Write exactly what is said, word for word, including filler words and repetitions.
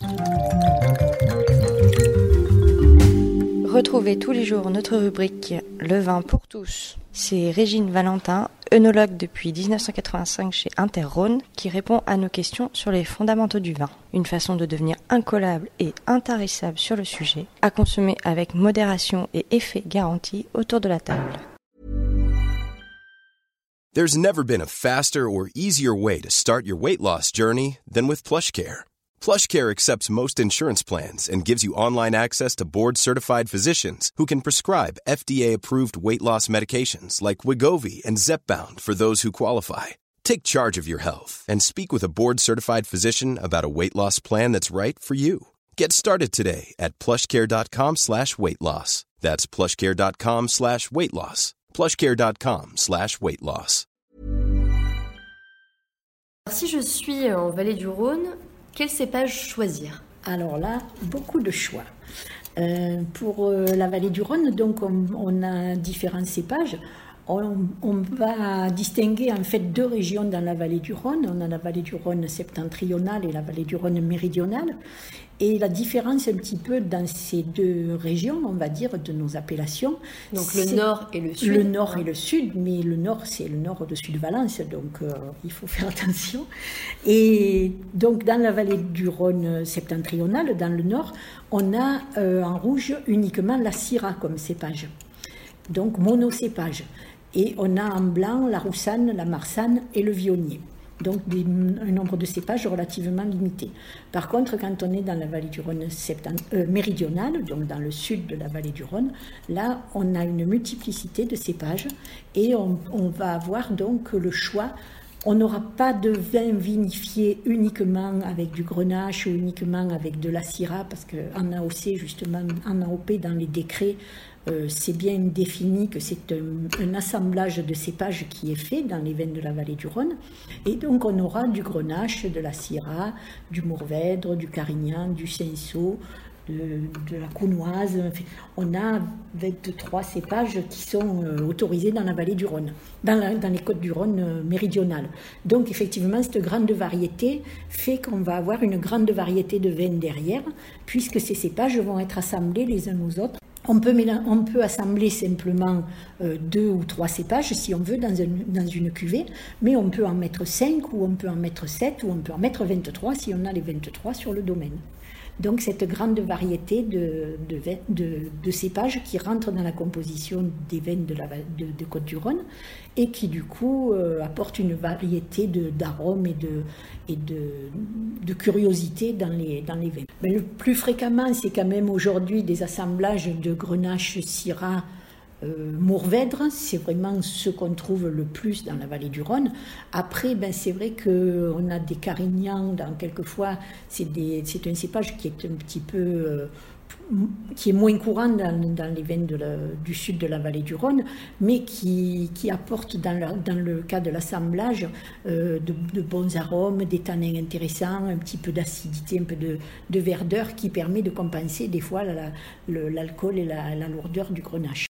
Retrouvez tous les jours notre rubrique Le vin pour tous. C'est Régine Valentin, œnologue depuis dix-neuf cent quatre-vingt-cinq chez Inter-Rhône, qui répond à nos questions sur les fondamentaux du vin. Une façon de devenir incollable et intarissable sur le sujet, à consommer avec modération et effet garanti autour de la table. There's never been a faster or easier way to start your weight loss journey than with PlushCare. PlushCare accepts most insurance plans and gives you online access to board-certified physicians who can prescribe F D A-approved weight loss medications like Wegovy and Zepbound for those who qualify. Take charge of your health and speak with a board-certified physician about a weight loss plan that's right for you. Get started today at plushcare.com slash weight loss. That's plushcare.com slash weight loss. plushcare.com slash weight loss. Si je suis en Vallée du Rhône, quel cépage choisir ? Alors là, beaucoup de choix. Euh, pour euh, la Vallée du Rhône, donc on, on a différents cépages. On, on va distinguer en fait deux régions dans la Vallée du Rhône. On a la Vallée du Rhône septentrionale et la Vallée du Rhône méridionale. Et la différence un petit peu dans ces deux régions, on va dire, de nos appellations. Donc le nord et le sud. Le nord et le sud, mais le nord, c'est le nord au-dessus de Valence, donc euh, il faut faire attention. Et donc dans la Vallée du Rhône septentrionale, dans le nord, on a euh, en rouge uniquement la Syrah comme cépage. Donc monocépage. Et on a en blanc la Roussanne, la Marsanne et le Viognier. Donc des, un nombre de cépages relativement limité. Par contre, quand on est dans la vallée du Rhône septent, euh, méridionale, donc dans le sud de la vallée du Rhône, là, on a une multiplicité de cépages et on, on va avoir donc le choix. On n'aura pas de vin vinifié uniquement avec du grenache ou uniquement avec de la Syrah, parce qu'en A O C, justement, en A O P, dans les décrets, Euh, c'est bien défini que c'est un, un assemblage de cépages qui est fait dans les vins de la vallée du Rhône. Et donc on aura du grenache, de la Syrah, du Mourvèdre, du Carignan, du Cinsault, de, de la Counoise. Enfin, on a vingt-trois cépages qui sont euh, autorisés dans la vallée du Rhône, dans, la, dans les côtes du Rhône euh, méridionales. Donc effectivement, cette grande variété fait qu'on va avoir une grande variété de vins derrière, puisque ces cépages vont être assemblés les uns aux autres. On peut, on peut assembler simplement euh, deux ou trois cépages si on veut dans, un, dans une cuvée, mais on peut en mettre cinq ou on peut en mettre sept ou on peut en mettre vingt-trois si on a les vingt-trois sur le domaine. Donc cette grande variété de, de, de, de cépages qui rentrent dans la composition des vins de, la, de, de Côte-du-Rhône et qui du coup euh, apportent une variété de, d'arômes et, de, et de, de curiosité dans les, dans les vins. Mais le plus fréquemment, c'est quand même aujourd'hui des assemblages de grenache, Syrah, Euh, Mourvèdre, c'est vraiment ce qu'on trouve le plus dans la vallée du Rhône. Après, ben, c'est vrai qu'on a des Carignans, dans, quelquefois, c'est, des, c'est un cépage qui est un petit peu, euh, qui est moins courant dans, dans les vins de la, du sud de la vallée du Rhône, mais qui, qui apporte dans le, dans le cas de l'assemblage euh, de, de bons arômes, des tanins intéressants, un petit peu d'acidité, un peu de, de verdeur qui permet de compenser des fois la, la, le, l'alcool et la, la lourdeur du grenache.